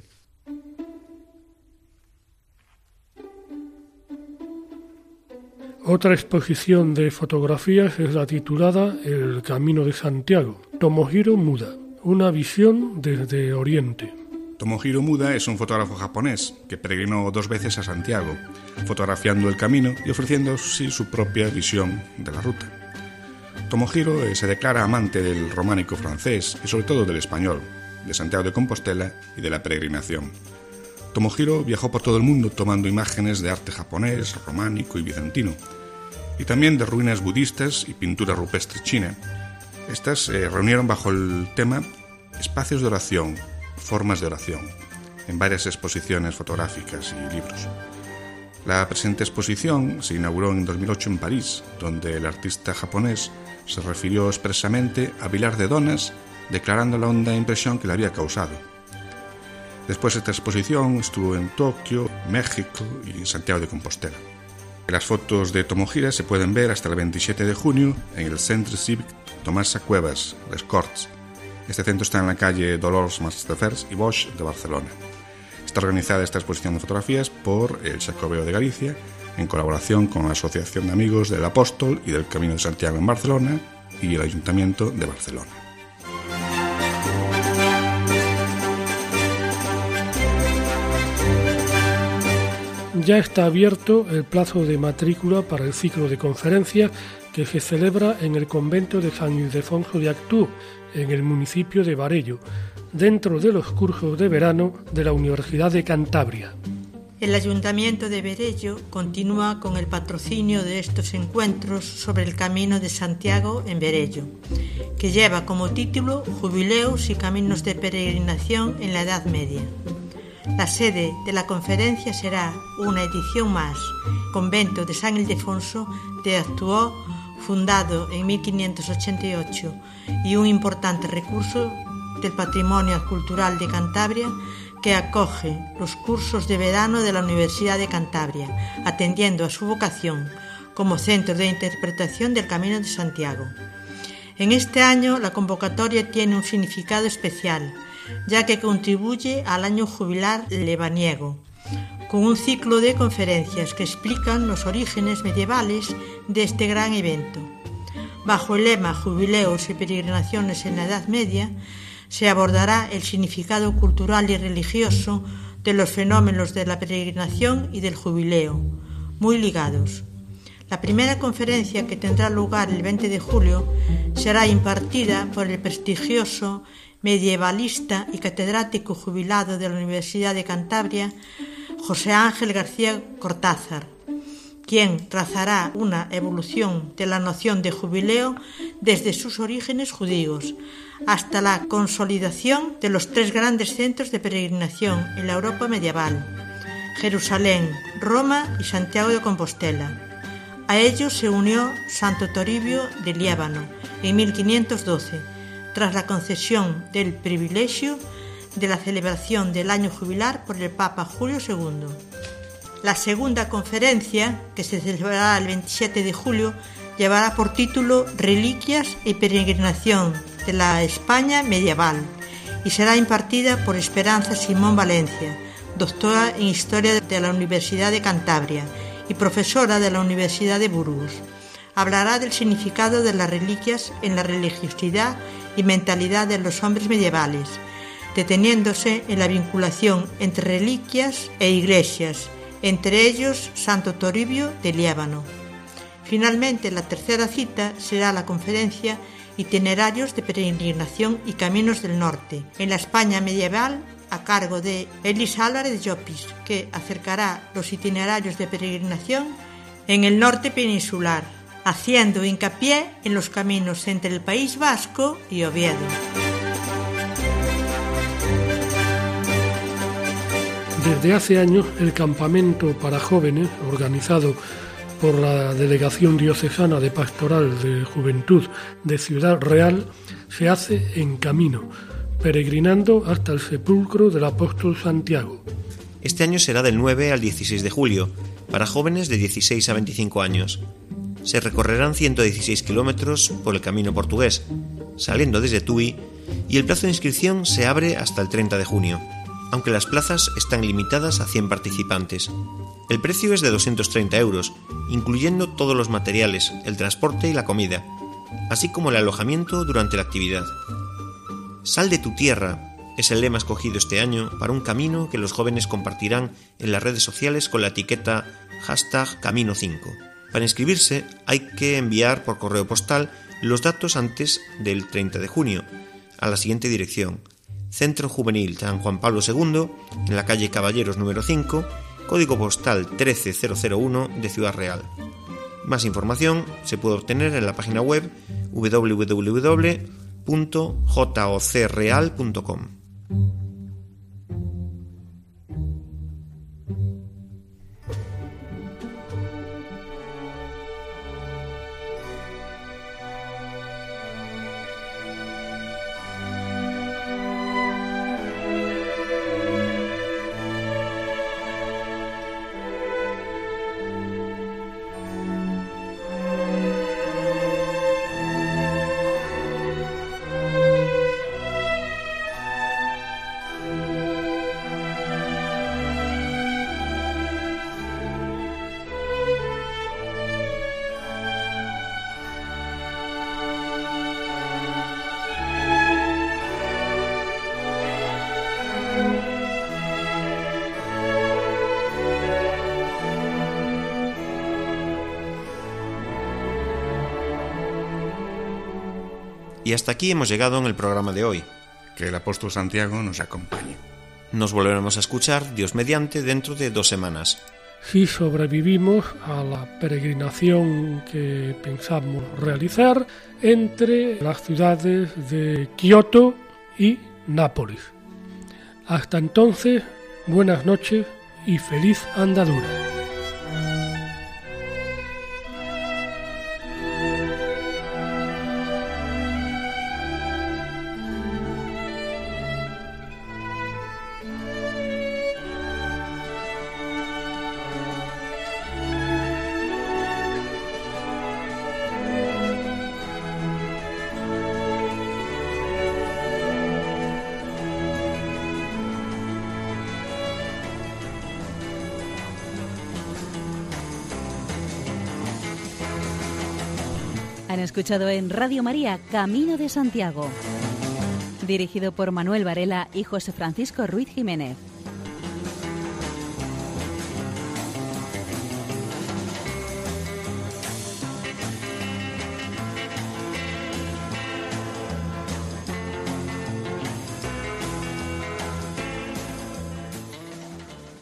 Otra exposición de fotografías es la titulada El Camino de Santiago, Tomohiro Muda, una visión desde Oriente. Tomohiro Muda es un fotógrafo japonés que peregrinó dos veces a Santiago, fotografiando el camino y ofreciendo así su propia visión de la ruta. Tomohiro eh, se declara amante del románico francés y sobre todo del español, de Santiago de Compostela y de la peregrinación. Tomohiro viajó por todo el mundo tomando imágenes de arte japonés, románico y bizantino, y también de ruinas budistas y pintura rupestre china. Estas se eh, reunieron bajo el tema Espacios de oración, formas de oración, en varias exposiciones fotográficas y libros. La presente exposición se inauguró en dos mil ocho en París, donde el artista japonés se refirió expresamente a Vilar de Donas, declarando la honda impresión que le había causado. Después esta exposición estuvo en Tokio, México y en Santiago de Compostela. Las fotos de Tomohiro se pueden ver hasta el veintisiete de junio en el Centre Cívic Tomasa Cuevas, Les Corts. Este centro está en la calle Dolors Masdefers y Bosch de Barcelona. Está organizada esta exposición de fotografías por el Xacobeo de Galicia, en colaboración con la Asociación de Amigos del Apóstol y del Camino de Santiago en Barcelona y el Ayuntamiento de Barcelona. Ya está abierto el plazo de matrícula para el ciclo de conferencias que se celebra en el convento de San Ildefonso de Actú, en el municipio de Varello, dentro de los cursos de verano de la Universidad de Cantabria. El Ayuntamiento de Varello continúa con el patrocinio de estos encuentros sobre el Camino de Santiago en Varello, que lleva como título Jubileos y Caminos de Peregrinación en la Edad Media. La sede de la conferencia será una edición más, Convento de San Ildefonso de Actú, fundado en mil quinientos ochenta y ocho, y un importante recurso del patrimonio cultural de Cantabria que acoge los cursos de verano de la Universidad de Cantabria, atendiendo a su vocación como centro de interpretación del Camino de Santiago. En este año la convocatoria tiene un significado especial, ya que contribuye al año jubilar lebaniego, con un ciclo de conferencias que explican los orígenes medievales de este gran evento. Bajo el lema Jubileos y Peregrinaciones en la Edad Media, se abordará el significado cultural y religioso de los fenómenos de la peregrinación y del jubileo, muy ligados. La primera conferencia, que tendrá lugar el veinte de julio, será impartida por el prestigioso medievalista y catedrático jubilado de la Universidad de Cantabria, José Ángel García Cortázar, quien trazará una evolución de la noción de jubileo desde sus orígenes judíos hasta la consolidación de los tres grandes centros de peregrinación en la Europa medieval: Jerusalén, Roma y Santiago de Compostela. A ellos se unió Santo Toribio de Liébano en mil quinientos doce, tras la concesión del privilegio de la celebración del año jubilar por el Papa Julio segundo. La segunda conferencia, que se celebrará el veintisiete de julio, llevará por título Reliquias y peregrinación de la España medieval y será impartida por Esperanza Simón Valencia, doctora en Historia de la Universidad de Cantabria y profesora de la Universidad de Burgos. Hablará del significado de las reliquias en la religiosidad y mentalidad de los hombres medievales, deteniéndose en la vinculación entre reliquias e iglesias, entre ellos Santo Toribio de Liébano. Finalmente, la tercera cita será la conferencia Itinerarios de peregrinación y caminos del norte en la España medieval, a cargo de Elis Álvarez de Llopis, que acercará los itinerarios de peregrinación en el norte peninsular, haciendo hincapié en los caminos entre el País Vasco y Oviedo. Desde hace años, el campamento para jóvenes, organizado por la Delegación Diocesana de Pastoral de Juventud de Ciudad Real, se hace en camino, peregrinando hasta el sepulcro del apóstol Santiago. Este año será del nueve al dieciséis de julio, para jóvenes de dieciséis a veinticinco años. Se recorrerán ciento dieciséis kilómetros por el camino portugués, saliendo desde Tui, y el plazo de inscripción se abre hasta el treinta de junio, aunque las plazas están limitadas a cien participantes. El precio es de doscientos treinta euros, incluyendo todos los materiales, el transporte y la comida, así como el alojamiento durante la actividad. Sal de tu tierra es el lema escogido este año para un camino que los jóvenes compartirán en las redes sociales con la etiqueta hashtag Camino cinco. Para inscribirse hay que enviar por correo postal los datos antes del treinta de junio a la siguiente dirección: Centro Juvenil San Juan Pablo segundo, en la calle Caballeros número cinco, código postal trece mil uno de Ciudad Real. Más información se puede obtener en la página web w w w punto jocreal punto com. Y hasta aquí hemos llegado en el programa de hoy. Que el apóstol Santiago nos acompañe. Nos volveremos a escuchar, Dios mediante, dentro de dos semanas. Si sobrevivimos a la peregrinación que pensamos realizar entre las ciudades de Kioto y Nápoles. Hasta entonces, buenas noches y feliz andadura. Han escuchado en Radio María Camino de Santiago, dirigido por Manuel Varela y José Francisco Ruiz Jiménez.